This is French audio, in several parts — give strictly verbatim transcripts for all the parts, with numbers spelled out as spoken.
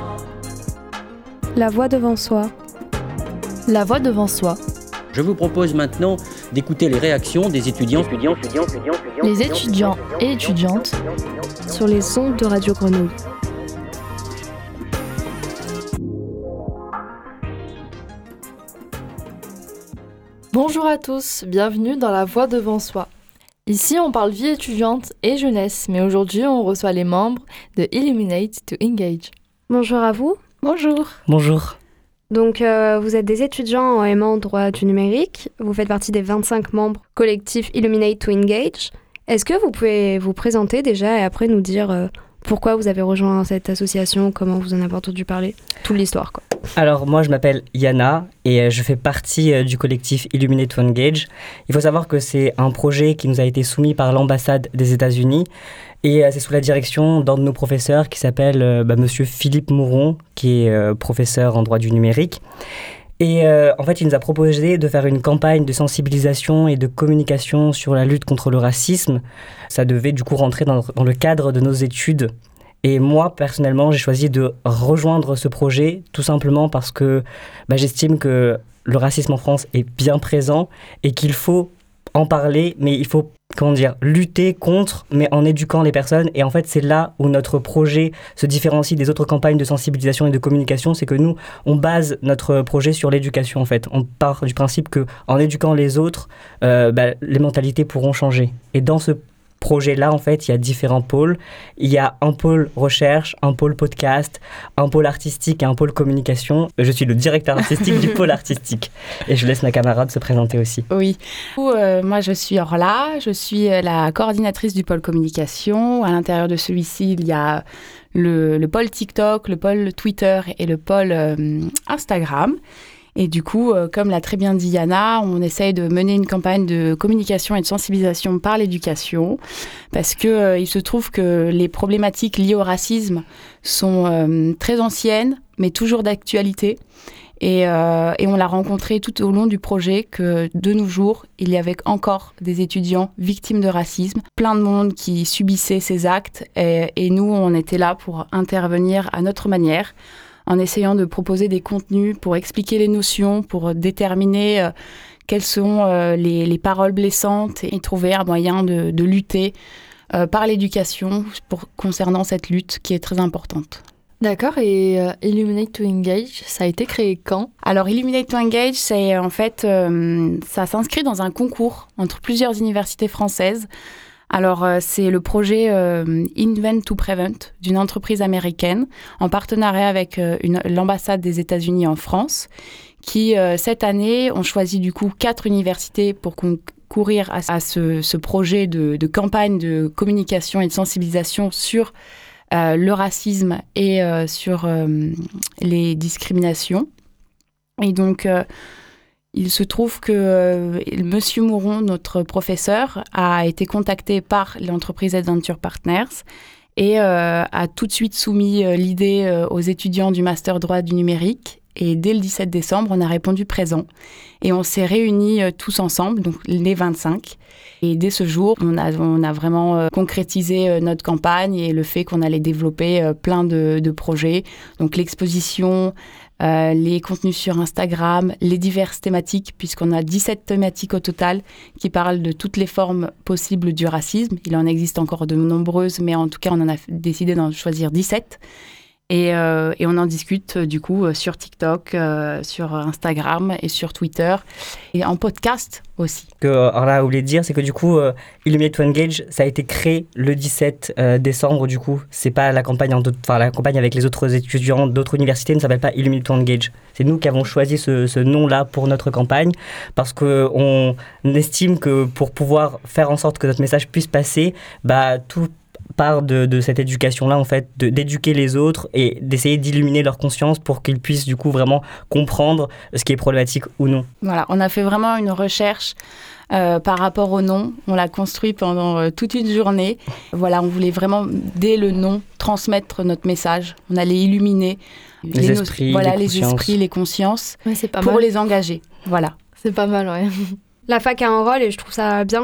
La voix devant soi. La voix devant soi. Je vous propose maintenant d'écouter les réactions des étudiants, étudiants, étudiants, étudiants, étudiants les étudiants et étudiantes sur les ondes de Radio Grenouille. Bonjour à tous, bienvenue dans La voix devant soi. Ici, on parle vie étudiante et jeunesse, mais aujourd'hui, on reçoit les membres de Illuminate to Engage. Bonjour à vous. Bonjour. Bonjour. Donc, euh, vous êtes des étudiants en M A en droit du numérique. Vous faites partie des vingt-cinq membres collectifs Illuminate to Engage. Est-ce que vous pouvez vous présenter déjà et après nous dire euh, pourquoi vous avez rejoint cette association, comment vous en avez entendu parler, toute l'histoire, quoi. Alors, moi, je m'appelle Yana et je fais partie euh, du collectif Illuminate to Engage. Il faut savoir que c'est un projet qui nous a été soumis par l'ambassade des États-Unis et euh, c'est sous la direction d'un de nos professeurs qui s'appelle euh, bah, Monsieur Philippe Mouron, qui est euh, professeur en droit du numérique. Et euh, en fait, il nous a proposé de faire une campagne de sensibilisation et de communication sur la lutte contre le racisme. Ça devait du coup rentrer dans, dans le cadre de nos études. Et moi, personnellement, j'ai choisi de rejoindre ce projet tout simplement parce que bah, j'estime que le racisme en France est bien présent et qu'il faut en parler, mais il faut, comment dire, lutter contre, mais en éduquant les personnes. Et en fait, c'est là où notre projet se différencie des autres campagnes de sensibilisation et de communication, c'est que nous, on base notre projet sur l'éducation, en fait. On part du principe qu'en éduquant les autres, euh, bah, les mentalités pourront changer. Et dans ce projet-là, en fait, il y a différents pôles. Il y a un pôle recherche, un pôle podcast, un pôle artistique et un pôle communication. Je suis le directeur artistique du pôle artistique. Et je laisse ma camarade se présenter aussi. Oui. Euh, moi, je suis Orla. Je suis la coordinatrice du pôle communication. À l'intérieur de celui-ci, il y a le, le pôle TikTok, le pôle Twitter et le pôle euh, Instagram. Et du coup, euh, comme l'a très bien dit Yana, on essaye de mener une campagne de communication et de sensibilisation par l'éducation parce qu'il euh, se trouve que les problématiques liées au racisme sont euh, très anciennes, mais toujours d'actualité. Et, euh, et on l'a rencontré tout au long du projet que de nos jours, il y avait encore des étudiants victimes de racisme, plein de monde qui subissait ces actes. Et, et nous, on était là pour intervenir à notre manière, en essayant de proposer des contenus pour expliquer les notions, pour déterminer euh, quelles sont euh, les, les paroles blessantes et trouver un moyen de, de lutter euh, par l'éducation pour, concernant cette lutte qui est très importante. D'accord, et euh, Illuminate to Engage, ça a été créé quand ? Alors, Illuminate to Engage, c'est en fait, euh, ça s'inscrit dans un concours entre plusieurs universités françaises. Alors, euh, c'est le projet euh, Invent to Prevent d'une entreprise américaine en partenariat avec euh, une, l'ambassade des États-Unis en France qui, euh, cette année, ont choisi du coup quatre universités pour concourir à, à ce, ce projet de, de campagne de communication et de sensibilisation sur euh, le racisme et euh, sur euh, les discriminations. Et donc... Euh, Il se trouve que euh, Monsieur Mouron, notre professeur, a été contacté par l'entreprise Adventure Partners et euh, a tout de suite soumis euh, l'idée euh, aux étudiants du Master droit du numérique. Et dès le dix-sept décembre, on a répondu présent. Et on s'est réunis euh, tous ensemble, donc les vingt-cinq. Et dès ce jour, on a, on a vraiment euh, concrétisé euh, notre campagne et le fait qu'on allait développer euh, plein de, de projets. Donc l'exposition, euh, les contenus sur Instagram, les diverses thématiques, puisqu'on a dix-sept thématiques au total qui parlent de toutes les formes possibles du racisme. Il en existe encore de nombreuses, mais en tout cas, on en a décidé d'en choisir dix-sept. Et, euh, et on en discute du coup sur TikTok, euh, sur Instagram et sur Twitter et en podcast aussi. Ce que Orla voulait dire, c'est que du coup, euh, Illuminate to Engage, ça a été créé le dix-sept euh, décembre. Du coup, c'est pas la campagne, en enfin la campagne avec les autres étudiants d'autres universités ne s'appelle pas Illuminate to Engage. C'est nous qui avons choisi ce, ce nom-là pour notre campagne parce que on estime que pour pouvoir faire en sorte que notre message puisse passer, bah tout part de, de cette éducation-là, en fait, de, d'éduquer les autres et d'essayer d'illuminer leur conscience pour qu'ils puissent, du coup, vraiment comprendre ce qui est problématique ou non. Voilà, on a fait vraiment une recherche euh, par rapport au nom. On l'a construit pendant euh, toute une journée. Voilà, on voulait vraiment, dès le nom, transmettre notre message. On allait illuminer les, les esprits, no- voilà, les, les esprits, les consciences, ouais, c'est pas pour mal. les engager. Voilà. C'est pas mal, ouais. La fac a un rôle et je trouve ça bien.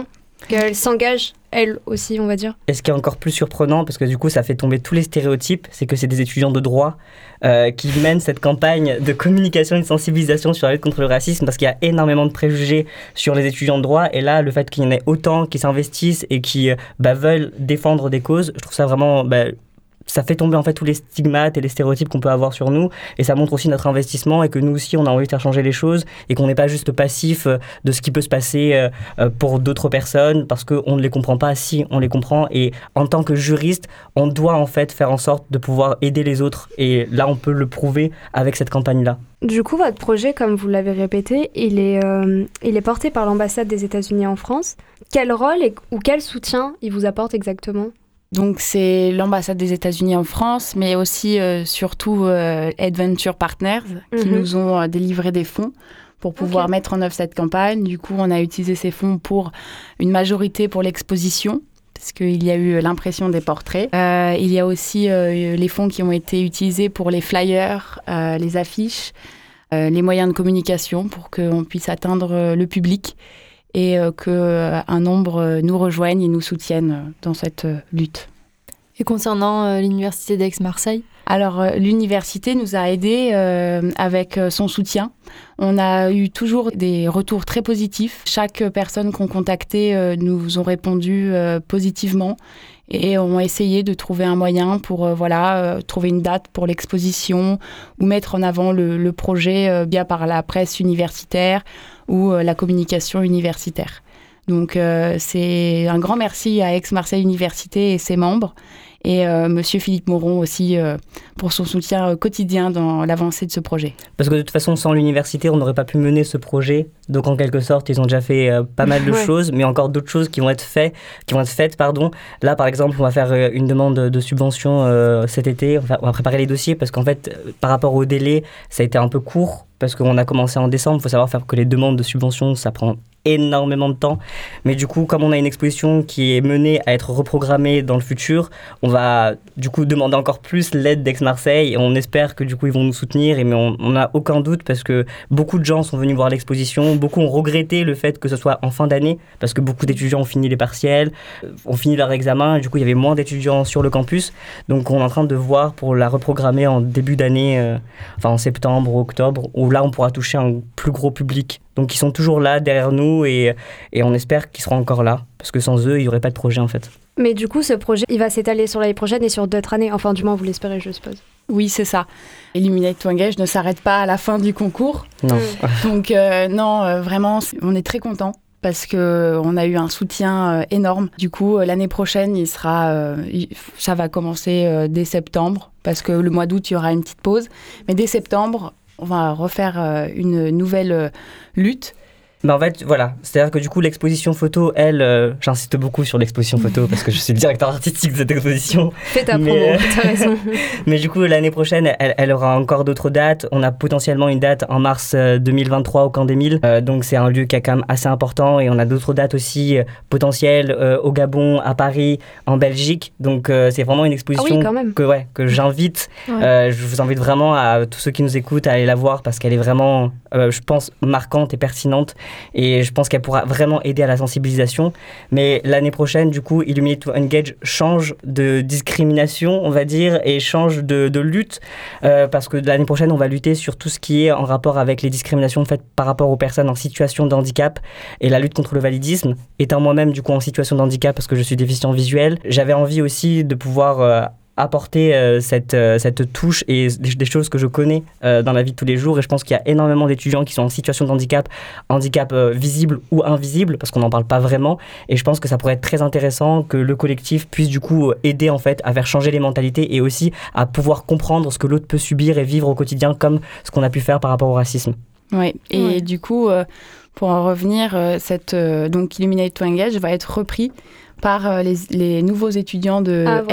Qu'elle s'engage, elle aussi, on va dire. Et ce qui est encore plus surprenant, parce que du coup, ça fait tomber tous les stéréotypes, c'est que c'est des étudiants de droit euh, qui mènent cette campagne de communication et de sensibilisation sur la lutte contre le racisme, parce qu'il y a énormément de préjugés sur les étudiants de droit. Et là, le fait qu'il y en ait autant qui s'investissent et qui bah, veulent défendre des causes, je trouve ça vraiment... Bah, ça fait tomber en fait tous les stigmates et les stéréotypes qu'on peut avoir sur nous, et ça montre aussi notre investissement et que nous aussi on a envie de faire changer les choses et qu'on n'est pas juste passif de ce qui peut se passer pour d'autres personnes parce qu'on ne les comprend pas. Si, on les comprend, et en tant que juriste on doit en fait faire en sorte de pouvoir aider les autres, et là on peut le prouver avec cette campagne-là. Du coup, votre projet, comme vous l'avez répété, il est, euh, il est porté par l'ambassade des États-Unis en France. Quel rôle et, ou quel soutien il vous apporte exactement ? Donc, c'est l'ambassade des États-Unis en France, mais aussi, euh, surtout, euh, Adventure Partners, qui Mhm. nous ont euh, délivré des fonds pour pouvoir Ok. mettre en œuvre cette campagne. Du coup, on a utilisé ces fonds pour une majorité pour l'exposition, parce qu'il y a eu l'impression des portraits. Euh, il y a aussi euh, les fonds qui ont été utilisés pour les flyers, euh, les affiches, euh, les moyens de communication pour qu'on puisse atteindre euh, le public et euh, qu'un euh, nombre euh, nous rejoigne et nous soutienne euh, dans cette euh, lutte. Et concernant euh, l'université d'Aix-Marseille ? Alors, euh, l'université nous a aidés euh, avec euh, son soutien. On a eu toujours des retours très positifs. Chaque personne qu'on contactait euh, nous ont répondu euh, positivement et ont essayé de trouver un moyen pour euh, voilà, euh, trouver une date pour l'exposition ou mettre en avant le, le projet euh, bien par la presse universitaire ou euh, la communication universitaire. Donc, euh, c'est un grand merci à Aix-Marseille Université et ses membres, et euh, Monsieur Philippe Moron aussi euh, pour son soutien euh, quotidien dans l'avancée de ce projet. Parce que de toute façon, sans l'université, on n'aurait pas pu mener ce projet. Donc en quelque sorte, ils ont déjà fait euh, pas mal de Ouais. choses, mais encore d'autres choses qui vont être faites. Qui vont être faites pardon. Là, par exemple, on va faire euh, une demande de subvention euh, cet été. On va, on va préparer les dossiers parce qu'en fait, euh, par rapport au délai, ça a été un peu court parce qu'on a commencé en décembre. Il faut savoir faire que les demandes de subvention, ça prend énormément de temps. Mais du coup, comme on a une exposition qui est menée à être reprogrammée dans le futur, on va du coup demander encore plus l'aide d'Aix-Marseille et on espère que du coup ils vont nous soutenir. Et mais on n'a aucun doute parce que beaucoup de gens sont venus voir l'exposition, beaucoup ont regretté le fait que ce soit en fin d'année parce que beaucoup d'étudiants ont fini les partiels, ont fini leur examen et du coup il y avait moins d'étudiants sur le campus. Donc on est en train de voir pour la reprogrammer en début d'année, euh, enfin en septembre ou octobre, où là on pourra toucher un plus gros public. Donc ils sont toujours là derrière nous et, et on espère qu'ils seront encore là parce que sans eux il n'y aurait pas de projet en fait. Mais du coup, ce projet, il va s'étaler sur l'année prochaine et sur d'autres années. Enfin, du moins, vous l'espérez, je suppose. Oui, c'est ça. Illuminate to Engage ne s'arrête pas à la fin du concours. Non. Donc euh, non, euh, vraiment, c'est- on est très contents parce qu'on a eu un soutien euh, énorme. Du coup, euh, l'année prochaine, il sera, euh, il- ça va commencer euh, dès septembre parce que le mois d'août, il y aura une petite pause. Mais dès septembre, on va refaire euh, une nouvelle euh, lutte. Bah en fait, voilà. C'est-à-dire que du coup, l'exposition photo, elle, euh, j'insiste beaucoup sur l'exposition photo parce que je suis le directeur artistique de cette exposition. Fais ta Mais, promo, euh, t'as raison. Mais du coup, l'année prochaine, elle, elle aura encore d'autres dates. On a potentiellement une date en mars euh, deux mille vingt-trois au Camp des Milles. Euh, donc, c'est un lieu qui est quand même assez important. Et on a d'autres dates aussi euh, potentielles euh, au Gabon, à Paris, en Belgique. Donc, euh, c'est vraiment une Ah exposition oui, quand même. que, ouais, que j'invite. Ouais. Euh, je vous invite vraiment à tous ceux qui nous écoutent à aller la voir parce qu'elle est vraiment, euh, je pense, marquante et pertinente. Et je pense qu'elle pourra vraiment aider à la sensibilisation. Mais l'année prochaine, du coup, Illuminate to Engage change de discrimination, on va dire, et change de, de lutte, euh, parce que l'année prochaine, on va lutter sur tout ce qui est en rapport avec les discriminations faites par rapport aux personnes en situation de handicap et la lutte contre le validisme. Étant moi-même, du coup, en situation de handicap, parce que je suis déficient visuel, j'avais envie aussi de pouvoir... Euh, apporter euh, cette, euh, cette touche et des, des choses que je connais euh, dans la vie de tous les jours, et je pense qu'il y a énormément d'étudiants qui sont en situation de handicap, handicap euh, visible ou invisible parce qu'on n'en parle pas vraiment, et je pense que ça pourrait être très intéressant que le collectif puisse du coup aider en fait à faire changer les mentalités et aussi à pouvoir comprendre ce que l'autre peut subir et vivre au quotidien comme ce qu'on a pu faire par rapport au racisme. Ouais. Et Ouais. du coup, euh, pour en revenir, euh, cette, euh, donc Illuminate to Engage va être repris par euh, les, les nouveaux étudiants de Ah, voilà. M un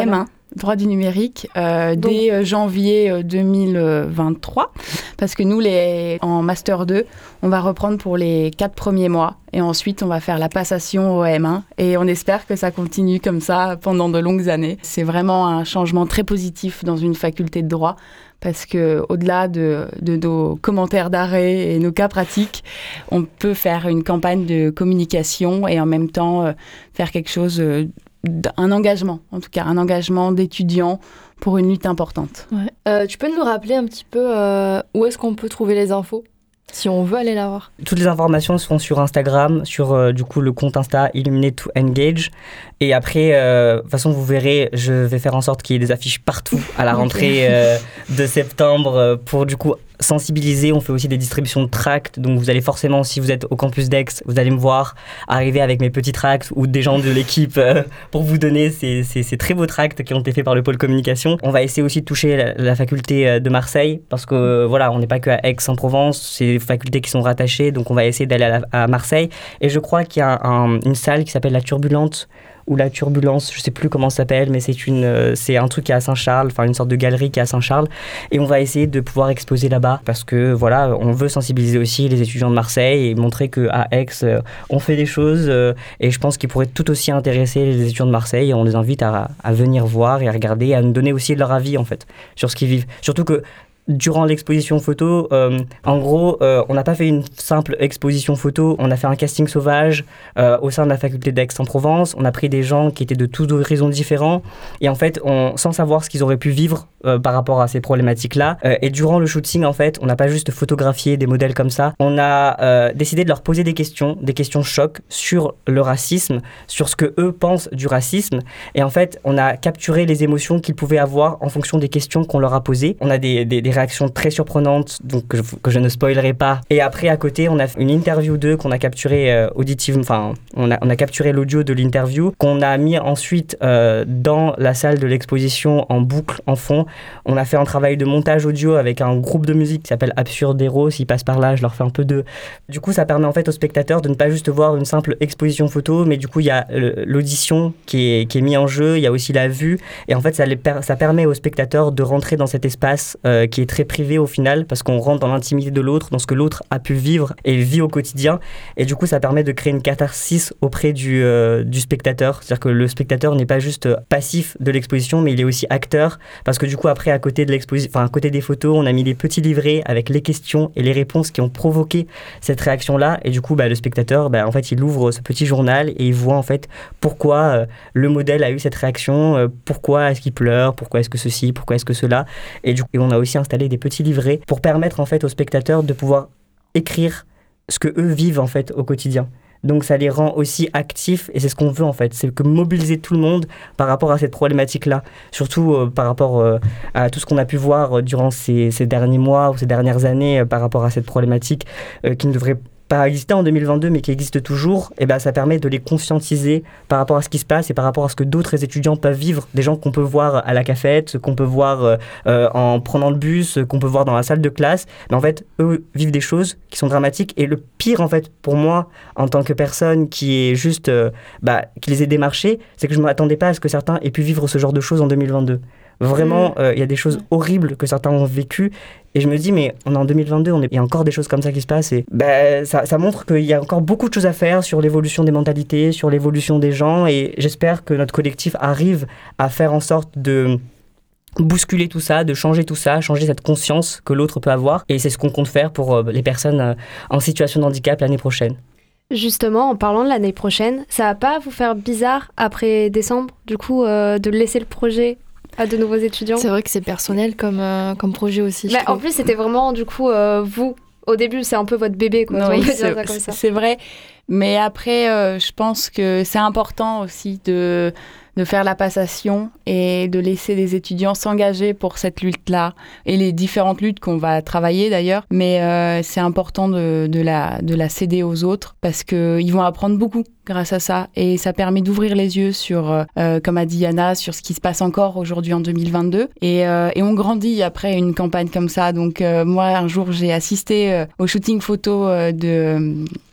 droit du numérique euh, Donc... dès euh, janvier deux mille vingt-trois, parce que nous, les, en Master deux, on va reprendre pour les quatre premiers mois, et ensuite on va faire la passation au M un, et on espère que ça continue comme ça pendant de longues années. C'est vraiment un changement très positif dans une faculté de droit, parce qu'au-delà de, de nos commentaires d'arrêt et nos cas pratiques, on peut faire une campagne de communication et en même temps euh, faire quelque chose, euh, un engagement, en tout cas, un engagement d'étudiants pour une lutte importante. Ouais. Euh, tu peux nous rappeler un petit peu euh, où est-ce qu'on peut trouver les infos si on veut aller la voir? Toutes les informations sont sur Instagram, sur euh, du coup le compte Insta Illuminate to Engage. Et après, euh, de toute façon, vous verrez, je vais faire en sorte qu'il y ait des affiches partout à la rentrée euh, de septembre euh, pour du coup sensibiliser. On fait aussi des distributions de tracts. Donc vous allez forcément, si vous êtes au campus d'Aix, vous allez me voir arriver avec mes petits tracts ou des gens de l'équipe euh, pour vous donner ces, ces, ces très beaux tracts qui ont été faits par le pôle communication. On va essayer aussi de toucher la, la faculté de Marseille parce que euh, voilà, on n'est pas que à Aix-en-Provence, c'est des facultés qui sont rattachées. Donc on va essayer d'aller à, la, à Marseille. Et je crois qu'il y a un, une salle qui s'appelle La Turbulente ou La Turbulence, je sais plus comment ça s'appelle, mais c'est, une, euh, c'est un truc qui est à Saint-Charles, enfin une sorte de galerie qui est à Saint-Charles, et on va essayer de pouvoir exposer là-bas, parce que voilà, on veut sensibiliser aussi les étudiants de Marseille et montrer qu'à Aix, euh, on fait des choses, euh, et je pense qu'ils pourraient tout aussi intéresser les étudiants de Marseille, et on les invite à, à venir voir et à regarder, et à nous donner aussi leur avis en fait, sur ce qu'ils vivent. Surtout que durant l'exposition photo, euh, en gros, euh, on n'a pas fait une simple exposition photo, on a fait un casting sauvage euh, au sein de la faculté d'Aix-en-Provence. On a pris des gens qui étaient de tous horizons différents et en fait, on, sans savoir ce qu'ils auraient pu vivre euh, par rapport à ces problématiques-là. Euh, et durant le shooting, en fait, on n'a pas juste photographié des modèles comme ça, on a euh, décidé de leur poser des questions, des questions choc sur le racisme, sur ce que eux pensent du racisme. Et en fait, on a capturé les émotions qu'ils pouvaient avoir en fonction des questions qu'on leur a posées. On a des, des, des réactions très surprenantes, donc que je, que je ne spoilerai pas. Et après, à côté, on a fait une interview d'eux qu'on a capturé euh, auditive, enfin, on a, on a capturé l'audio de l'interview, qu'on a mis ensuite euh, dans la salle de l'exposition en boucle, en fond. On a fait un travail de montage audio avec un groupe de musique qui s'appelle Absurde Hero. S'ils passent par là, je leur fais un peu de... Du coup, ça permet en fait aux spectateurs de ne pas juste voir une simple exposition photo, mais du coup, il y a l'audition qui est, qui est mise en jeu, il y a aussi la vue, et en fait, ça, les per- ça permet aux spectateurs de rentrer dans cet espace euh, qui est très privé au final, parce qu'on rentre dans l'intimité de l'autre, dans ce que l'autre a pu vivre et vit au quotidien, et du coup, ça permet de créer une catharsis auprès du, euh, du spectateur, c'est-à-dire que le spectateur n'est pas juste passif de l'exposition, mais il est aussi acteur, parce que du coup, après, à côté de l'exposition, enfin, à côté des photos, on a mis des petits livrets avec les questions et les réponses qui ont provoqué cette réaction-là, et du coup, bah, le spectateur, bah, en fait, il ouvre ce petit journal et il voit en fait pourquoi euh, le modèle a eu cette réaction, euh, pourquoi est-ce qu'il pleure, pourquoi est-ce que ceci, pourquoi est-ce que cela, et du coup, et on a aussi installé des petits livrets pour permettre en fait aux spectateurs de pouvoir écrire ce que eux vivent en fait au quotidien. Donc ça les rend aussi actifs, et c'est ce qu'on veut en fait, c'est que mobiliser tout le monde par rapport à cette problématique-là, surtout euh, par rapport euh, à tout ce qu'on a pu voir euh, durant ces, ces derniers mois ou ces dernières années euh, par rapport à cette problématique euh, qui ne devrait pas exister en deux mille vingt-deux mais qui existe toujours. Et ben ça permet de les conscientiser par rapport à ce qui se passe et par rapport à ce que d'autres étudiants peuvent vivre, des gens qu'on peut voir à la cafette, qu'on peut voir euh, euh, en prenant le bus, qu'on peut voir dans la salle de classe, mais en fait eux vivent des choses qui sont dramatiques. Et le pire en fait pour moi en tant que personne qui est juste euh, bah, qui les ait démarchés, c'est que je ne m'attendais pas à ce que certains aient pu vivre ce genre de choses en deux mille vingt-deux. Vraiment, il euh, y a des choses horribles que certains ont vécues. Et je me dis, mais on est en deux mille vingt-deux, il y a encore des choses comme ça qui se passent. Et bah, ça, ça montre qu'il y a encore beaucoup de choses à faire sur l'évolution des mentalités, sur l'évolution des gens. Et j'espère que notre collectif arrive à faire en sorte de bousculer tout ça, de changer tout ça, changer cette conscience que l'autre peut avoir. Et c'est ce qu'on compte faire pour euh, les personnes euh, en situation de handicap l'année prochaine. Justement, en parlant de l'année prochaine, ça va pas vous faire bizarre après décembre, du coup, euh, de laisser le projet à de nouveaux étudiants? C'est vrai que c'est personnel comme, euh, comme projet aussi. Mais en plus, c'était vraiment, du coup, euh, vous, au début, c'est un peu votre bébé, quoi. Non, on oui, peut c'est, dire ça comme ça. c'est vrai. Mais après, euh, je pense que c'est important aussi de, de faire la passation et de laisser les étudiants s'engager pour cette lutte-là et les différentes luttes qu'on va travailler d'ailleurs. Mais euh, c'est important de, de, la, de la céder aux autres parce qu'ils vont apprendre beaucoup grâce à ça. Et ça permet d'ouvrir les yeux sur, euh, comme a dit Yana, sur ce qui se passe encore aujourd'hui en deux mille vingt-deux. Et, euh, et on grandit après une campagne comme ça. Donc euh, moi, un jour, j'ai assisté euh, au shooting photo euh, de...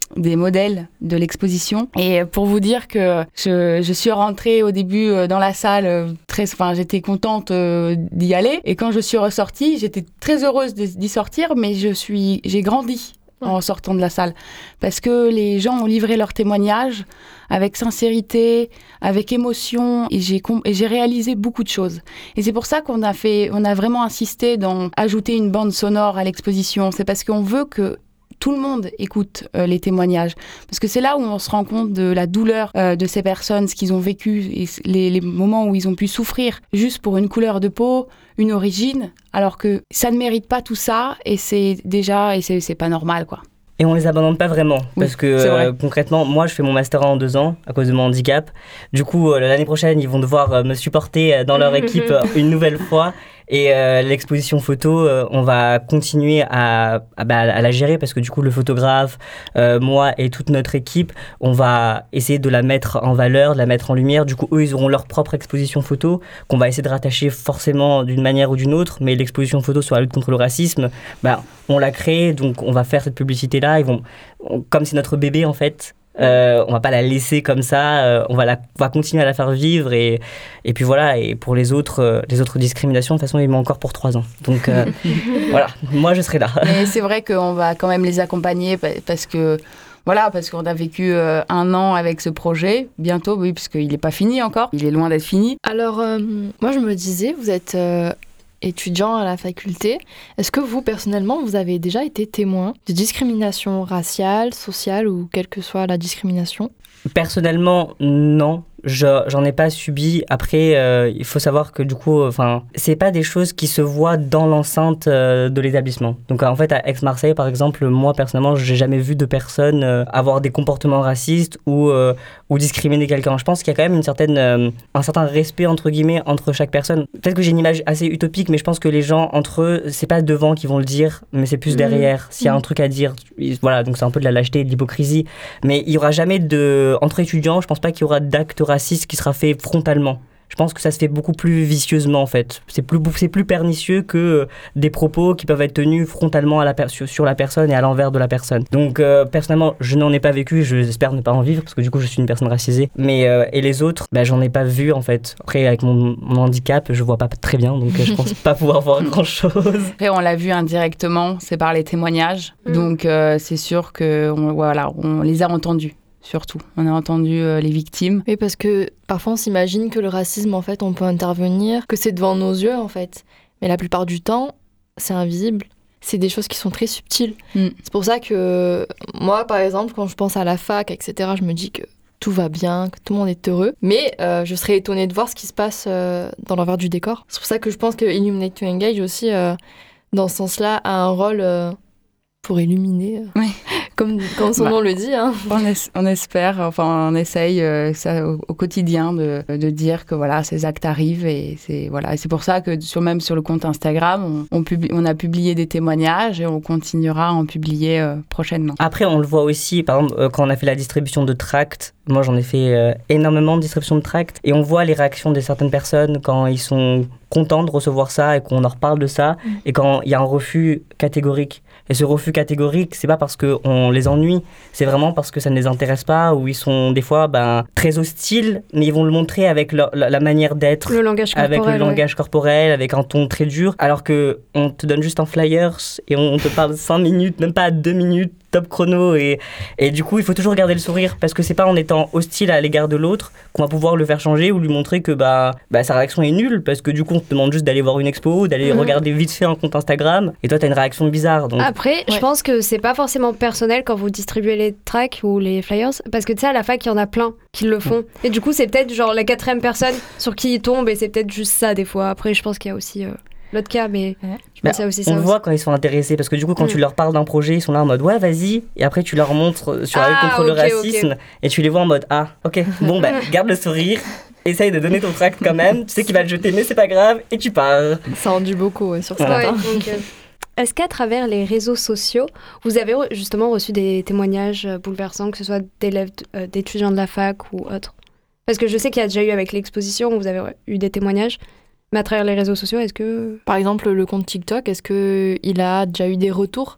des modèles de l'exposition. Et pour vous dire que je, je suis rentrée au début dans la salle, très, enfin, j'étais contente d'y aller. Et quand je suis ressortie, j'étais très heureuse d'y sortir, mais je suis, j'ai grandi en sortant de la salle. Parce que les gens ont livré leurs témoignages avec sincérité, avec émotion, et j'ai, et j'ai réalisé beaucoup de choses. Et c'est pour ça qu'on a fait, on a vraiment insisté dans ajouter une bande sonore à l'exposition. C'est parce qu'on veut que tout le monde écoute euh, les témoignages. Parce que c'est là où on se rend compte de la douleur euh, de ces personnes, ce qu'ils ont vécu, et les, les moments où ils ont pu souffrir juste pour une couleur de peau, une origine, alors que ça ne mérite pas tout ça, et c'est déjà, et c'est, c'est pas normal, quoi. Et on les abandonne pas vraiment, parce oui, que euh, concrètement, moi je fais mon master en deux ans à cause de mon handicap. Du coup, euh, l'année prochaine, ils vont devoir euh, me supporter dans leur équipe euh, une nouvelle fois. Et euh, l'exposition photo, euh, on va continuer à, à, bah, à la gérer parce que du coup, le photographe, euh, moi et toute notre équipe, on va essayer de la mettre en valeur, de la mettre en lumière. Du coup, eux, ils auront leur propre exposition photo qu'on va essayer de rattacher forcément d'une manière ou d'une autre. Mais l'exposition photo sur la lutte contre le racisme, bah, on l'a créée, donc on va faire cette publicité-là. Ils vont, on, comme c'est notre bébé en fait, Euh, on va pas la laisser comme ça, euh, on va la, on va continuer à la faire vivre et et puis voilà. Et pour les autres, euh, les autres discriminations, de toute façon, il m'en encore pour trois ans. Donc euh, voilà, moi je serai là. Mais c'est vrai qu'on va quand même les accompagner parce que voilà, parce qu'on a vécu euh, un an avec ce projet, bientôt, oui, puisqu'il n'est pas fini encore, il est loin d'être fini. Alors euh, moi je me disais, vous êtes euh, étudiant à la faculté, est-ce que vous personnellement vous avez déjà été témoin de discrimination raciale, sociale ou quelle que soit la discrimination? Personnellement, non. Je, j'en ai pas subi. Après, euh, il faut savoir que du coup, enfin, c'est pas des choses qui se voient dans l'enceinte euh, de l'établissement. Donc, en fait, à Aix-Marseille, par exemple, moi personnellement, j'ai jamais vu de personne euh, avoir des comportements racistes ou euh, ou discriminer quelqu'un. Je pense qu'il y a quand même une certaine, euh, un certain respect entre guillemets entre chaque personne. Peut-être que j'ai une image assez utopique, mais je pense que les gens entre eux, c'est pas devant qu'ils vont le dire, mais c'est plus derrière. Mmh. S'il y a un truc à dire, voilà. Donc c'est un peu de la lâcheté, de l'hypocrisie. Mais il y aura jamais de entre étudiants. Je pense pas qu'il y aura d'acte raciste qui sera fait frontalement. Je pense que ça se fait beaucoup plus vicieusement en fait. C'est plus, c'est plus pernicieux que euh, des propos qui peuvent être tenus frontalement à la per- sur, sur la personne et à l'envers de la personne. Donc euh, personnellement, je n'en ai pas vécu, j'espère ne pas en vivre parce que du coup je suis une personne racisée. Mais euh, et les autres, bah, j'en ai pas vu en fait. Après avec mon, mon handicap, je vois pas très bien, donc euh, je pense pas pouvoir voir grand chose. Après on l'a vu indirectement, c'est par les témoignages. Mmh. Donc euh, c'est sûr que on, voilà, on les a entendus. Surtout, on a entendu euh, les victimes. Oui, parce que parfois on s'imagine que le racisme, en fait, on peut intervenir, que c'est devant nos yeux, en fait. Mais la plupart du temps, c'est invisible. C'est des choses qui sont très subtiles. Mm. C'est pour ça que moi, par exemple, quand je pense à la fac, et cetera, je me dis que tout va bien, que tout le monde est heureux. Mais euh, je serais étonnée de voir ce qui se passe euh, dans l'envers du décor. C'est pour ça que je pense que Illuminate to Engage aussi, euh, dans ce sens-là, a un rôle euh, pour illuminer. Euh. Oui. Comme, comme son bah, nom le dit. Hein. On, es, on espère, enfin on essaye euh, ça, au, au quotidien de, de dire que voilà, ces actes arrivent et c'est, voilà, et c'est pour ça que sur, même sur le compte Instagram, on, on, publie, on a publié des témoignages et on continuera à en publier euh, prochainement. Après, on le voit aussi, par exemple, euh, quand on a fait la distribution de tracts, moi j'en ai fait euh, énormément de distribution de tracts et on voit les réactions de certaines personnes quand ils sont contents de recevoir ça et qu'on en reparle de ça mmh. et quand il y a un refus catégorique. Et ce refus catégorique, c'est pas parce qu'on les ennuie, c'est vraiment parce que ça ne les intéresse pas, ou ils sont des fois ben, très hostiles, mais ils vont le montrer avec leur, la, la manière d'être, le langage avec corporel, le langage ouais. corporel, avec un ton très dur, alors qu'on te donne juste un flyers et on te parle cinq minutes, même pas deux minutes, top chrono, et, et du coup il faut toujours garder le sourire, parce que c'est pas en étant hostile à l'égard de l'autre qu'on va pouvoir le faire changer ou lui montrer que bah, bah, sa réaction est nulle, parce que du coup on te demande juste d'aller voir une expo, d'aller mmh. regarder vite fait un compte Instagram, et toi t'as une réaction bizarre. Donc... Après, ouais. je pense que c'est pas forcément personnel quand vous distribuez les tracts ou les flyers, parce que tu sais à la fac il y en a plein qui le font, et du coup c'est peut-être genre la quatrième personne sur qui il tombe, et c'est peut-être juste ça des fois. Après je pense qu'il y a aussi... Euh... l'autre cas, mais ouais. je pense bah, aussi ça on aussi. voit quand ils sont intéressés, parce que du coup, quand mmh. tu leur parles d'un projet, ils sont là en mode ouais, vas-y, et après tu leur montres sur la lutte ah, contre okay, le racisme, okay. et tu les vois en mode ah, ok, bon, bah, garde le sourire, essaye de donner ton tract quand même, tu sais qu'il va le jeter, mais c'est pas grave, et tu pars. Ça en dit beaucoup ouais, sur ça. Ouais, donc, euh, est-ce qu'à travers les réseaux sociaux, vous avez re- justement reçu des témoignages bouleversants, que ce soit d'élèves, euh, d'étudiants de la fac ou autres? Parce que je sais qu'il y a déjà eu avec l'exposition, vous avez eu des témoignages. Mais à travers les réseaux sociaux, est-ce que... Par exemple, le compte TikTok, est-ce qu'il a déjà eu des retours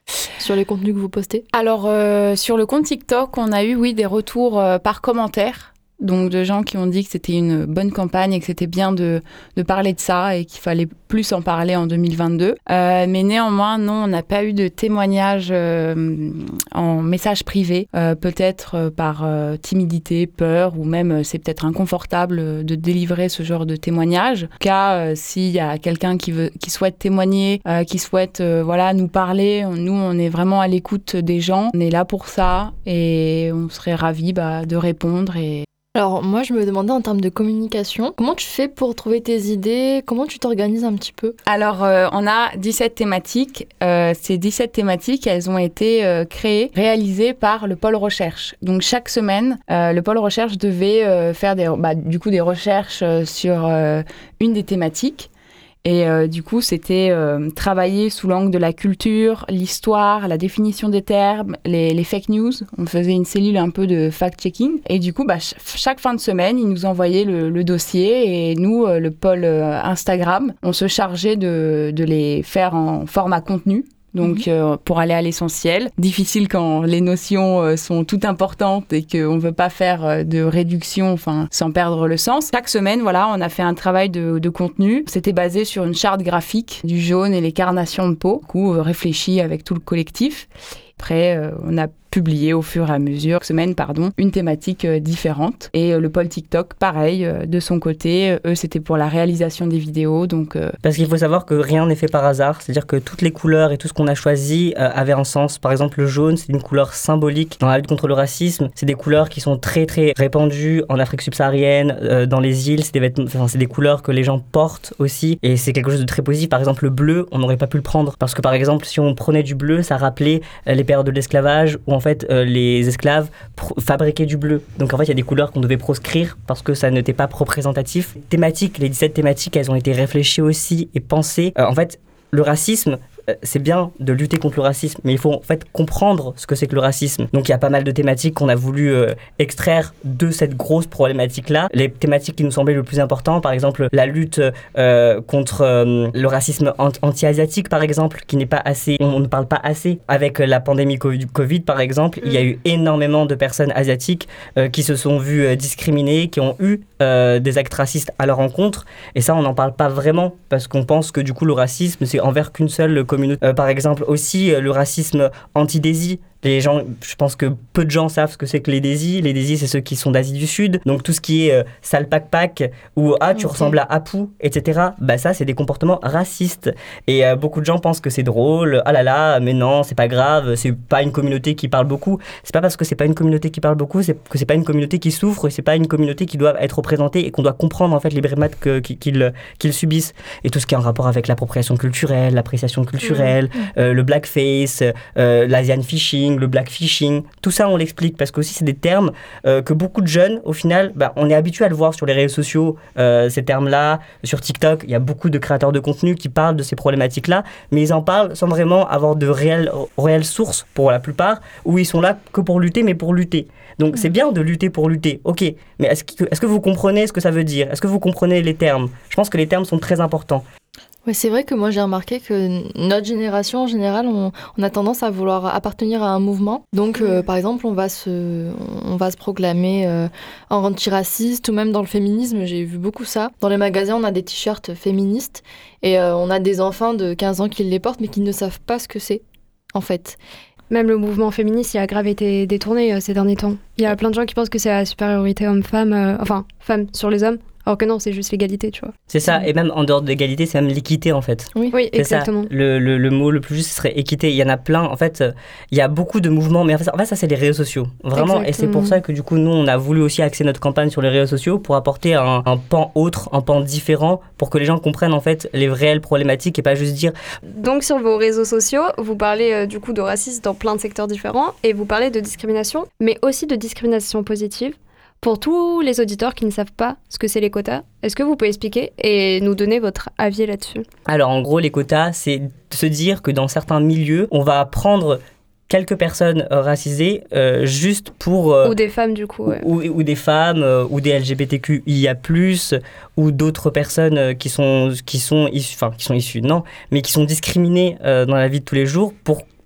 sur les contenus que vous postez? Alors, euh, sur le compte TikTok, on a eu, oui, des retours euh, par commentaire. Donc, de gens qui ont dit que c'était une bonne campagne et que c'était bien de, de parler de ça et qu'il fallait plus en parler en deux mille vingt-deux. Euh, mais néanmoins, non, on n'a pas eu de témoignages euh, en message privé, euh, peut-être euh, par euh, timidité, peur, ou même euh, c'est peut-être inconfortable de délivrer ce genre de témoignage. En tout cas, euh, s'il y a quelqu'un qui, veut, qui souhaite témoigner, euh, qui souhaite euh, voilà, nous parler, nous, on est vraiment à l'écoute des gens. On est là pour ça et on serait ravis bah, de répondre et Alors moi je me demandais en termes de communication, comment tu fais pour trouver tes idées, comment tu t'organises un petit peu? Alors euh, on a dix-sept thématiques, euh, ces dix-sept thématiques elles ont été euh, créées, réalisées par le pôle recherche. Donc chaque semaine euh, le pôle recherche devait euh, faire des, bah, du coup des recherches euh, sur euh, une des thématiques. Et euh, du coup, c'était euh, travailler sous l'angle de la culture, l'histoire, la définition des termes, les, les fake news. On faisait une cellule un peu de fact-checking. Et du coup, bah, ch- chaque fin de semaine, ils nous envoyaient le, le dossier. Et nous, euh, le pôle euh, Instagram, on se chargeait de, de les faire en format contenu. Donc, mmh. euh, pour aller à l'essentiel. Difficile quand les notions euh, sont toutes importantes et qu'on ne veut pas faire euh, de réduction, enfin, sans perdre le sens. Chaque semaine, voilà, on a fait un travail de, de contenu. C'était basé sur une charte graphique du jaune et les carnations de peau, du coup, euh, réfléchi avec tout le collectif. Après, euh, on a publié au fur et à mesure, semaine, pardon, une thématique euh, différente. Et euh, le pôle TikTok, pareil, euh, de son côté, euh, eux, c'était pour la réalisation des vidéos. Donc, euh... Parce qu'il faut savoir que rien n'est fait par hasard, c'est-à-dire que toutes les couleurs et tout ce qu'on a choisi euh, avaient un sens. Par exemple, le jaune, c'est une couleur symbolique dans la lutte contre le racisme. C'est des couleurs qui sont très, très répandues en Afrique subsaharienne, euh, dans les îles. C'est des, vêtements, enfin, c'est des couleurs que les gens portent aussi. Et c'est quelque chose de très positif. Par exemple, le bleu, on n'aurait pas pu le prendre. Parce que, par exemple, si on prenait du bleu, ça rappelait euh, les périodes de l'esclavage où, en fait, euh, les esclaves pro- fabriquaient du bleu. Donc, en fait, il y a des couleurs qu'on devait proscrire parce que ça n'était pas représentatif. Thématiques, les dix-sept thématiques, elles ont été réfléchies aussi et pensées. Euh, en fait, le racisme, c'est bien de lutter contre le racisme, mais il faut en fait comprendre ce que c'est que le racisme. Donc il y a pas mal de thématiques qu'on a voulu euh, extraire de cette grosse problématique-là. Les thématiques qui nous semblaient le plus importantes, par exemple la lutte euh, contre euh, le racisme anti-asiatique, par exemple, qui n'est pas assez, on ne parle pas assez. Avec la pandémie Covid, par exemple, mmh. il y a eu énormément de personnes asiatiques euh, qui se sont vues euh, discriminées, qui ont eu euh, des actes racistes à leur encontre, et ça on n'en parle pas vraiment, parce qu'on pense que du coup le racisme c'est envers qu'une seule communauté. Euh, par exemple aussi euh, le racisme anti-dési. Les gens, je pense que peu de gens savent ce que c'est que les désis. Les désis, c'est ceux qui sont d'Asie du Sud. Donc tout ce qui est euh, sale pac-pac ou ah tu okay. ressembles à Apu, et cetera. Bah ça c'est des comportements racistes. Et euh, beaucoup de gens pensent que c'est drôle. Ah là là, mais non, c'est pas grave. C'est pas une communauté qui parle beaucoup. C'est pas parce que c'est pas une communauté qui parle beaucoup, c'est que c'est pas une communauté qui souffre. C'est pas une communauté qui doit être représentée et qu'on doit comprendre en fait les brimades que, qu'ils, qu'ils subissent. Et tout ce qui est en rapport avec l'appropriation culturelle, l'appréciation culturelle, mmh. euh, le blackface, euh, l'Asian fishing, le blackfishing, tout ça on l'explique parce que aussi c'est des termes euh, que beaucoup de jeunes au final, bah, on est habitué à le voir sur les réseaux sociaux, euh, ces termes-là, sur TikTok, il y a beaucoup de créateurs de contenu qui parlent de ces problématiques-là, mais ils en parlent sans vraiment avoir de réelles, réelles sources pour la plupart, où ils sont là que pour lutter, mais pour lutter. Donc mmh. c'est bien de lutter pour lutter, ok, mais est-ce que, est-ce que vous comprenez ce que ça veut dire? Est-ce que vous comprenez les termes? Je pense que les termes sont très importants. Ouais, c'est vrai que moi j'ai remarqué que notre génération en général on, on a tendance à vouloir appartenir à un mouvement. Donc euh, par exemple on va se, on va se proclamer euh, antiraciste ou même dans le féminisme, j'ai vu beaucoup ça. Dans les magasins on a des t-shirts féministes et euh, on a des enfants de quinze ans qui les portent mais qui ne savent pas ce que c'est en fait. Même le mouvement féministe, il a grave été détourné euh, ces derniers temps. Il y a plein de gens qui pensent que c'est la supériorité homme-femme, euh, enfin femme sur les hommes. Alors que non, c'est juste l'égalité, tu vois. C'est ça, et même en dehors de l'égalité, c'est même l'équité, en fait. Oui, oui c'est exactement. Ça. Le, le, le mot le plus juste serait équité. Il y en a plein, en fait, il y a beaucoup de mouvements, mais en fait, en fait ça, c'est les réseaux sociaux. Vraiment, exactement. Et c'est pour ça que, du coup, nous, on a voulu aussi axer notre campagne sur les réseaux sociaux pour apporter un, un pan autre, un pan différent, pour que les gens comprennent, en fait, les réelles problématiques et pas juste dire... Donc, sur vos réseaux sociaux, vous parlez, euh, du coup, de racisme dans plein de secteurs différents, et vous parlez de discrimination, mais aussi de discrimination positive. Pour tous les auditeurs qui ne savent pas ce que c'est les quotas, est-ce que vous pouvez expliquer et nous donner votre avis là-dessus? Alors en gros, les quotas, c'est de se dire que dans certains milieux, on va prendre quelques personnes euh, racisées euh, juste pour... Euh, ou des femmes du coup. Ouais. Ou, ou des femmes, euh, ou des L G B T Q I A plus, ou d'autres personnes euh, qui, sont, qui, sont issues, enfin, qui sont issues, non, mais qui sont discriminées euh, dans la vie de tous les jours pour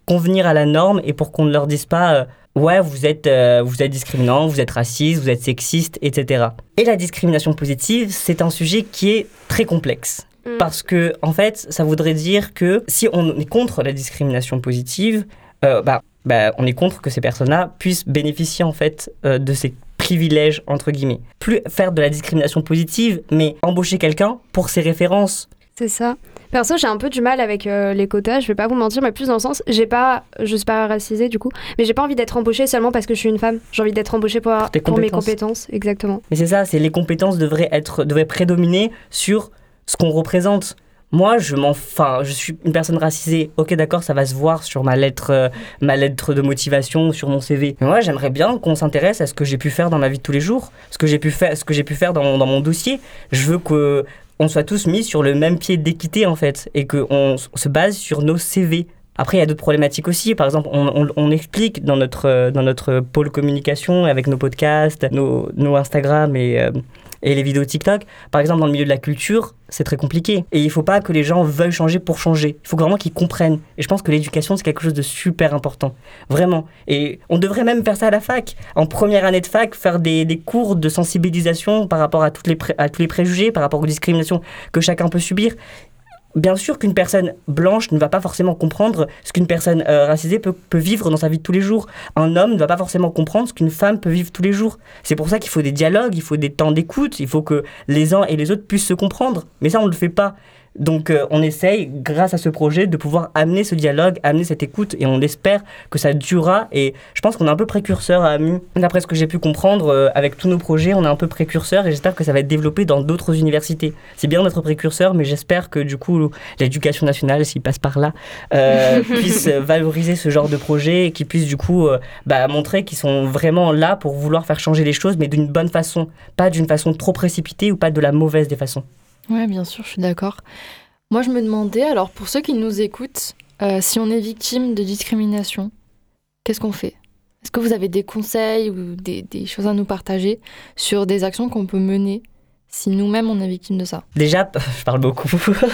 convenir à la norme et pour qu'on ne leur dise pas euh, ouais, vous êtes, euh, vous êtes discriminant, vous êtes raciste, vous êtes sexiste, et cetera. Et la discrimination positive, c'est un sujet qui est très complexe. Mmh. Parce que, en fait, ça voudrait dire que si on est contre la discrimination positive, euh, bah, bah, on est contre que ces personnes-là puissent bénéficier, en fait, euh, de ces privilèges, entre guillemets. Plus faire de la discrimination positive, mais embaucher quelqu'un pour ses références. C'est ça. Perso, j'ai un peu du mal avec euh, les quotas, je vais pas vous mentir, mais plus dans le sens, j'ai pas, je suis pas racisée du coup, mais j'ai pas envie d'être embauchée seulement parce que je suis une femme. J'ai envie d'être embauchée pour, pour, pour mes compétences, exactement. Mais c'est ça, c'est les compétences devraient être, devraient prédominer sur ce qu'on représente. Moi, je m'en, enfin, je suis une personne racisée. Ok, d'accord, ça va se voir sur ma lettre, euh, ma lettre de motivation, sur mon C V. Mais moi, j'aimerais bien qu'on s'intéresse à ce que j'ai pu faire dans ma vie de tous les jours, ce que j'ai pu faire, ce que j'ai pu faire dans, dans mon dossier. Je veux que on soit tous mis sur le même pied d'équité, en fait, et qu'on se base sur nos C V. Après, il y a d'autres problématiques aussi. Par exemple, on, on, on explique dans notre, dans notre pôle communication, avec nos podcasts, nos, nos Instagram et, euh, et les vidéos TikTok. Par exemple, dans le milieu de la culture, c'est très compliqué. Et il ne faut pas que les gens veuillent changer pour changer. Il faut vraiment qu'ils comprennent. Et je pense que l'éducation, c'est quelque chose de super important. Vraiment. Et on devrait même faire ça à la fac. En première année de fac, faire des, des cours de sensibilisation par rapport à, toutes les pré- à tous les préjugés, par rapport aux discriminations que chacun peut subir. Bien sûr qu'une personne blanche ne va pas forcément comprendre ce qu'une personne euh, racisée peut, peut vivre dans sa vie de tous les jours. Un homme ne va pas forcément comprendre ce qu'une femme peut vivre tous les jours. C'est pour ça qu'il faut des dialogues, il faut des temps d'écoute, il faut que les uns et les autres puissent se comprendre. Mais ça, on ne le fait pas. Donc euh, on essaye, grâce à ce projet, de pouvoir amener ce dialogue, amener cette écoute, et on espère que ça durera. Et je pense qu'on est un peu précurseur à A M U. D'après ce que j'ai pu comprendre, euh, avec tous nos projets, on est un peu précurseur, et j'espère que ça va être développé dans d'autres universités. C'est bien d'être précurseur, mais j'espère que du coup, l'éducation nationale, s'il passe par là, euh, puisse valoriser ce genre de projet, et qu'ils puissent du coup euh, bah, montrer qu'ils sont vraiment là pour vouloir faire changer les choses, mais d'une bonne façon, pas d'une façon trop précipitée ou pas de la mauvaise des façons. Ouais, bien sûr, je suis d'accord. Moi, je me demandais, alors pour ceux qui nous écoutent, euh, si on est victime de discrimination, qu'est-ce qu'on fait ? Est-ce que vous avez des conseils ou des, des choses à nous partager sur des actions qu'on peut mener si nous-mêmes on est victime de ça ? Déjà, je parle beaucoup.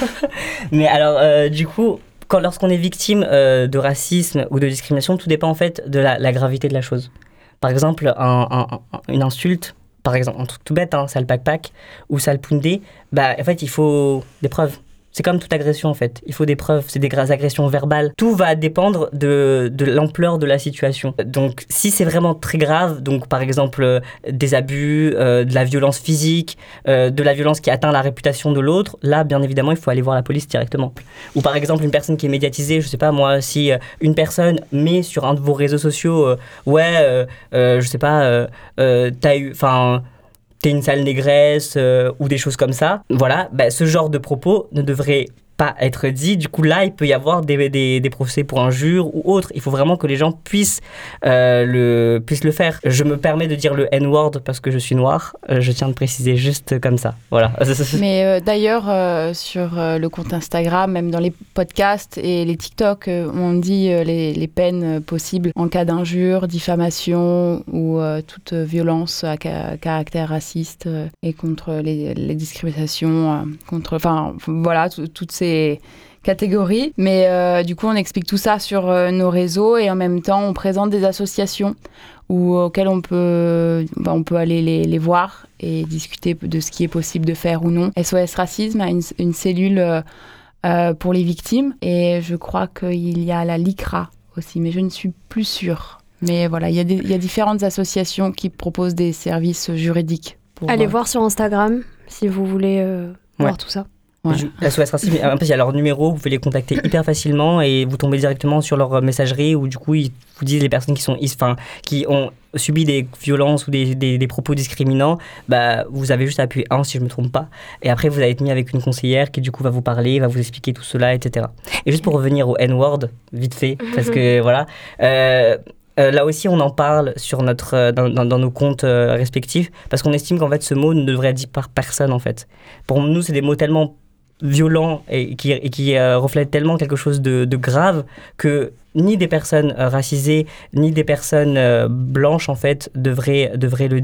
Mais alors, euh, du coup, quand, lorsqu'on est victime euh, de racisme ou de discrimination, tout dépend en fait de la, la gravité de la chose. Par exemple, un, un, un, une insulte, par exemple, un truc tout bête, hein, sale pac-pac ou sale poundé, bah, en fait, il faut des preuves. C'est comme toute agression, en fait. Il faut des preuves, c'est des agressions verbales. Tout va dépendre de, de l'ampleur de la situation. Donc, si c'est vraiment très grave, donc par exemple euh, des abus, euh, de la violence physique, euh, de la violence qui atteint la réputation de l'autre, là, bien évidemment, il faut aller voir la police directement. Ou par exemple, une personne qui est médiatisée, je sais pas moi, si euh, une personne met sur un de vos réseaux sociaux, euh, ouais, euh, euh, je sais pas, euh, euh, t'as eu, enfin... t'es une sale négresse euh, ou des choses comme ça, voilà, bah, ce genre de propos ne devrait pas être dit. Du coup, là, il peut y avoir des, des, des procès pour injure ou autre. Il faut vraiment que les gens puissent, euh, le, puissent le faire. Je me permets de dire le N-word parce que je suis noire. Euh, je tiens à le préciser juste comme ça. Voilà. Mais euh, d'ailleurs, euh, sur euh, le compte Instagram, même dans les podcasts et les TikTok, euh, on dit euh, les, les peines possibles en cas d'injure, diffamation ou euh, toute violence à ca- caractère raciste euh, et contre les, les discriminations, euh, contre, enfin, voilà, t- toutes ces catégories. Mais euh, du coup, on explique tout ça sur euh, nos réseaux et en même temps, on présente des associations où, auxquelles on peut, bah, on peut aller les, les voir et discuter de ce qui est possible de faire ou non. S O S Racisme a une, une cellule euh, euh, pour les victimes et je crois qu'il y a la LICRA aussi, mais je ne suis plus sûre. Mais voilà, il y a des, il y a différentes associations qui proposent des services juridiques. Pour, Allez euh, voir sur Instagram si vous voulez euh, ouais. voir tout ça. Ouais. S O S Racisme, en plus il y a leur numéro, vous pouvez les contacter hyper facilement et vous tombez directement sur leur messagerie où du coup ils vous disent les personnes qui, sont, enfin, qui ont subi des violences ou des, des, des propos discriminants, bah, vous avez juste à appuyer un si je ne me trompe pas et après vous allez être mis avec une conseillère qui du coup va vous parler, va vous expliquer tout cela, et cetera. Et juste pour revenir au N-word, vite fait, parce que voilà... Euh, Euh, là aussi, on en parle sur notre, euh, dans, dans, dans nos comptes euh, respectifs parce qu'on estime qu'en fait, ce mot ne devrait être dit par personne, en fait. Pour nous, c'est des mots tellement violents et qui, et qui euh, reflètent tellement quelque chose de, de grave que ni des personnes euh, racisées, ni des personnes euh, blanches, en fait, devraient, devraient le dire.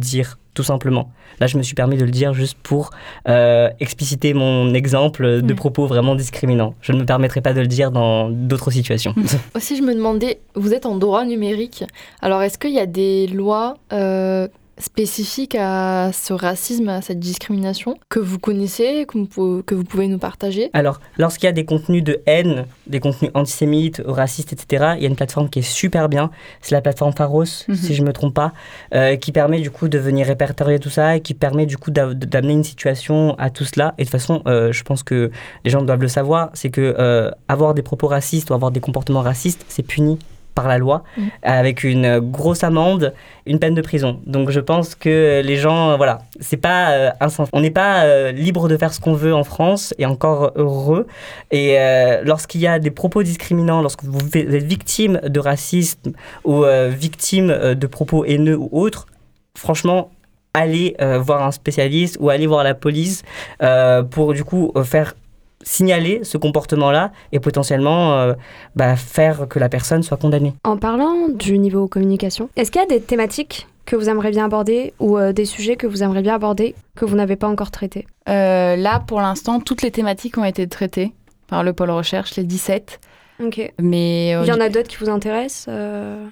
tout simplement. Là, je me suis permis de le dire juste pour euh, expliciter mon exemple de propos vraiment discriminants. Je ne me permettrai pas de le dire dans d'autres situations. Aussi, je me demandais, vous êtes en droit numérique, alors est-ce qu'il y a des lois euh, spécifiques à ce racisme, à cette discrimination, que vous connaissez, que vous pouvez, que vous pouvez nous partager ? Alors, lorsqu'il y a des contenus de haine, des contenus antisémites, racistes, et cetera, il y a une plateforme qui est super bien, c'est la plateforme Pharos, mm-hmm. si je ne me trompe pas, euh, qui permet du coup de venir répertorier tout ça et qui permet du coup d'a- d'amener une situation à tout cela. Et de toute façon, euh, je pense que les gens doivent le savoir, c'est que euh, avoir des propos racistes ou avoir des comportements racistes, c'est puni par la loi, mmh. avec une grosse amende, une peine de prison. Donc je pense que les gens, voilà, c'est pas euh, insens- on n'est pas euh, libre de faire ce qu'on veut en France, et encore heureux. Et euh, lorsqu'il y a des propos discriminants, lorsque vous êtes victime de racisme ou euh, victime de propos haineux ou autres, franchement, allez euh, voir un spécialiste ou allez voir la police euh, pour du coup euh, faire signaler ce comportement-là et potentiellement euh, bah, faire que la personne soit condamnée. En parlant du niveau communication, est-ce qu'il y a des thématiques que vous aimeriez bien aborder ou euh, des sujets que vous aimeriez bien aborder que vous n'avez pas encore traités ? euh, Là, pour l'instant, toutes les thématiques ont été traitées par le pôle recherche, les dix-sept. Ok. Mais euh, il y en a d'autres qui vous intéressent euh...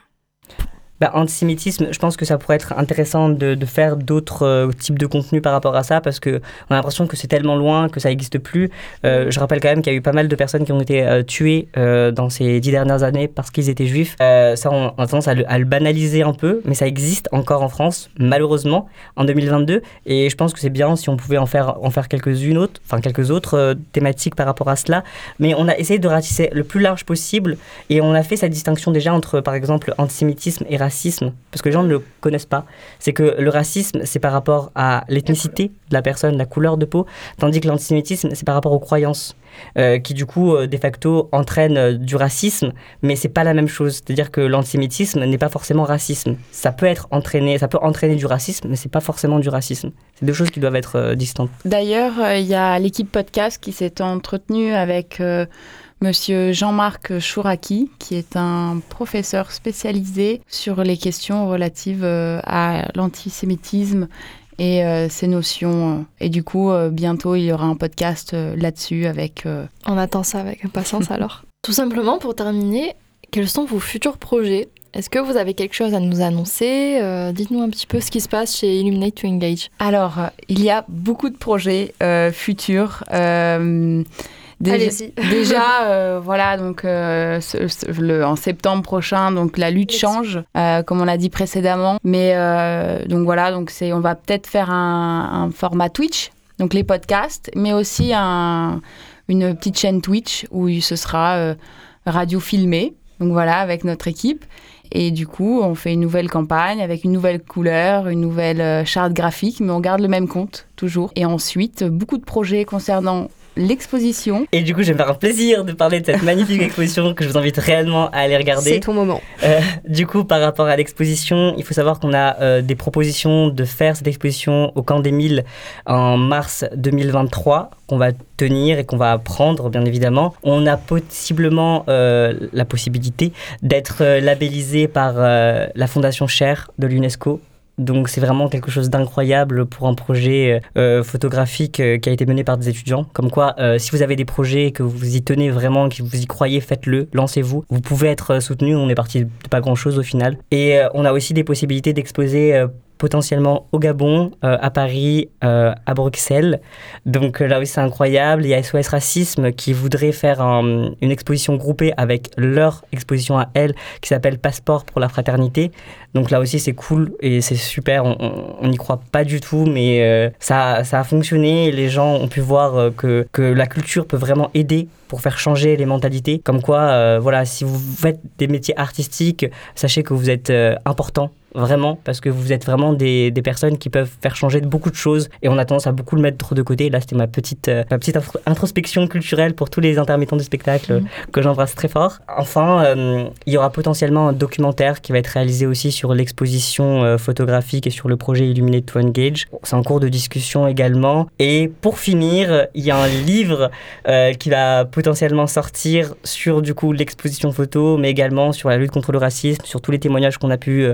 Bah, antisémitisme, je pense que ça pourrait être intéressant de, de faire d'autres euh, types de contenus par rapport à ça, parce qu'on a l'impression que c'est tellement loin, que ça n'existe plus. Euh, je rappelle quand même qu'il y a eu pas mal de personnes qui ont été euh, tuées euh, dans ces dix dernières années parce qu'ils étaient juifs. Euh, ça, on, on a tendance à le, à le banaliser un peu, mais ça existe encore en France, malheureusement, en deux mille vingt-deux. Et je pense que c'est bien si on pouvait en faire, en faire quelques-unes autres, enfin quelques autres euh, thématiques par rapport à cela. Mais on a essayé de ratisser le plus large possible, et on a fait cette distinction déjà entre, par exemple, antisémitisme et racisme. Racisme, parce que les gens ne le connaissent pas. C'est que le racisme, c'est par rapport à l'ethnicité de la personne, la couleur de peau, tandis que l'antisémitisme, c'est par rapport aux croyances, euh, qui du coup, euh, de facto, entraînent euh, du racisme, mais c'est pas la même chose. C'est-à-dire que l'antisémitisme n'est pas forcément racisme. Ça peut être entraîné, ça peut entraîner du racisme, mais c'est pas forcément du racisme. C'est deux choses qui doivent être euh, distantes. D'ailleurs, il euh, y a l'équipe podcast qui s'est entretenue avec euh, Monsieur Jean-Marc Chouraki, qui est un professeur spécialisé sur les questions relatives euh, à l'antisémitisme et euh, ces notions. Et du coup, euh, bientôt, il y aura un podcast euh, là-dessus avec... Euh... On attend ça avec impatience alors. Tout simplement, pour terminer, quels sont vos futurs projets ? Est-ce que vous avez quelque chose à nous annoncer ? euh, Dites-nous un petit peu ce qui se passe chez Illuminate to Engage. Alors, euh, il y a beaucoup de projets euh, futurs. Euh, Déjà, Allez-y. déjà euh, voilà, donc euh, ce, ce, le, en septembre prochain, donc la lutte change, euh, comme on l'a dit précédemment. Mais euh, donc voilà, donc c'est, on va peut-être faire un, un format Twitch, donc les podcasts, mais aussi un, une petite chaîne Twitch où ce sera euh, radio filmée. Donc voilà, avec notre équipe. Et du coup, on fait une nouvelle campagne avec une nouvelle couleur, une nouvelle euh, charte graphique, mais on garde le même compte, toujours. Et ensuite, beaucoup de projets concernant l'exposition. Et du coup, je vais me faire un plaisir de parler de cette magnifique exposition que je vous invite réellement à aller regarder. C'est ton moment. Euh, du coup, par rapport à l'exposition, il faut savoir qu'on a euh, des propositions de faire cette exposition au Camp des Milles en mars deux mille vingt-trois, qu'on va tenir et qu'on va apprendre, bien évidemment. On a possiblement euh, la possibilité d'être euh, labellisé par euh, la Fondation Cher de l'UNESCO. Donc c'est vraiment quelque chose d'incroyable pour un projet euh, photographique euh, qui a été mené par des étudiants. Comme quoi, euh, si vous avez des projets et que vous y tenez vraiment, que vous y croyez, faites-le, lancez-vous. Vous pouvez être soutenu, on est parti de pas grand-chose au final. Et euh, on a aussi des possibilités d'exposer euh, potentiellement au Gabon, euh, à Paris, euh, à Bruxelles. Donc euh, là aussi c'est incroyable. Il y a S O S Racisme qui voudrait faire un, une exposition groupée avec leur exposition à elle qui s'appelle Passeport pour la fraternité. Donc là aussi c'est cool et c'est super. On n'y croit pas du tout, mais euh, ça, ça a fonctionné. Les gens ont pu voir euh, que, que la culture peut vraiment aider pour faire changer les mentalités. Comme quoi, euh, voilà, si vous faites des métiers artistiques, sachez que vous êtes euh, important. Vraiment, parce que vous êtes vraiment des, des personnes qui peuvent faire changer beaucoup de choses et on a tendance à beaucoup le mettre de côté. Là, c'était ma petite, euh, ma petite introspection culturelle pour tous les intermittents du spectacle mmh. que j'embrasse très fort. Enfin, euh, il y aura potentiellement un documentaire qui va être réalisé aussi sur l'exposition euh, photographique et sur le projet Illuminate to Engage. C'est en cours de discussion également. Et pour finir, il y a un livre euh, qui va potentiellement sortir sur du coup l'exposition photo, mais également sur la lutte contre le racisme, sur tous les témoignages qu'on a pu, euh, qu'on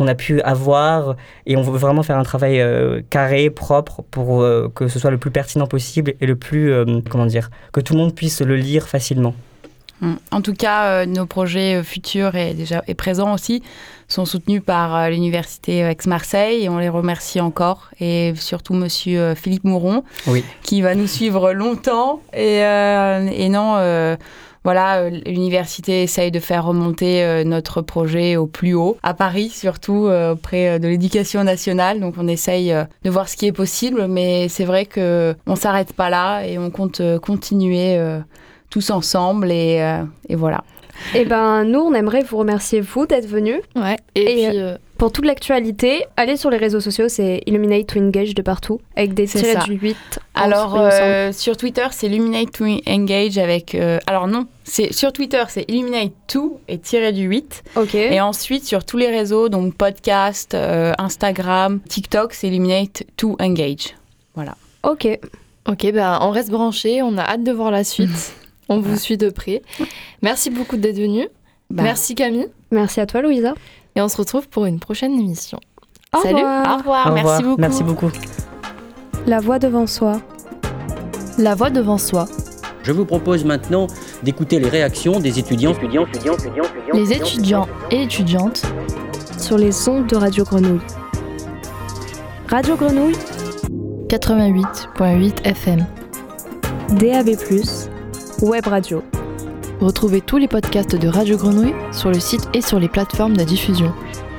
qu'on a pu avoir et on veut vraiment faire un travail euh, carré, propre pour euh, que ce soit le plus pertinent possible et le plus, euh, comment dire, que tout le monde puisse le lire facilement. En tout cas, euh, nos projets futurs et, déjà, et présents aussi sont soutenus par euh, l'Université Aix-Marseille et on les remercie encore. Et surtout monsieur euh, Philippe Mouron, oui. qui va nous suivre longtemps. Et, euh, et non, euh, voilà, l'université essaye de faire remonter euh, notre projet au plus haut, à Paris surtout, euh, auprès de l'éducation nationale. Donc on essaye euh, de voir ce qui est possible, mais c'est vrai qu'on ne s'arrête pas là et on compte euh, continuer euh, tous ensemble et, euh, et voilà. Eh ben, nous, on aimerait vous remercier, vous, d'être venus. Ouais. Et, et puis, euh... pour toute l'actualité, allez sur les réseaux sociaux, c'est Illuminate to Engage de partout, avec des tirets du huit. Alors, euh, sur Twitter, c'est Illuminate to Engage avec... Euh, alors non, c'est, sur Twitter, c'est Illuminate to et tiré du huit. Ok. Et ensuite, sur tous les réseaux, donc podcast, euh, Instagram, TikTok, c'est Illuminate to Engage. Voilà. Ok. Ok, ben, on reste branchés, on a hâte de voir la suite. On vous suit de près. Merci beaucoup d'être venu. Bah. Merci Camille. Merci à toi Louisa. Et on se retrouve pour une prochaine émission. Au Salut. Revoir. Au revoir. Au revoir. Merci beaucoup. Merci beaucoup. La voix devant soi. La voix devant soi. Je vous propose maintenant d'écouter les réactions des étudiants, étudiants, étudiants, étudiants, étudiants les étudiants et étudiantes sur les ondes de Radio Grenouille. Radio Grenouille quatre-vingt-huit virgule huit F M. D A B plus, Web Radio. Retrouvez tous les podcasts de Radio Grenouille sur le site et sur les plateformes de diffusion.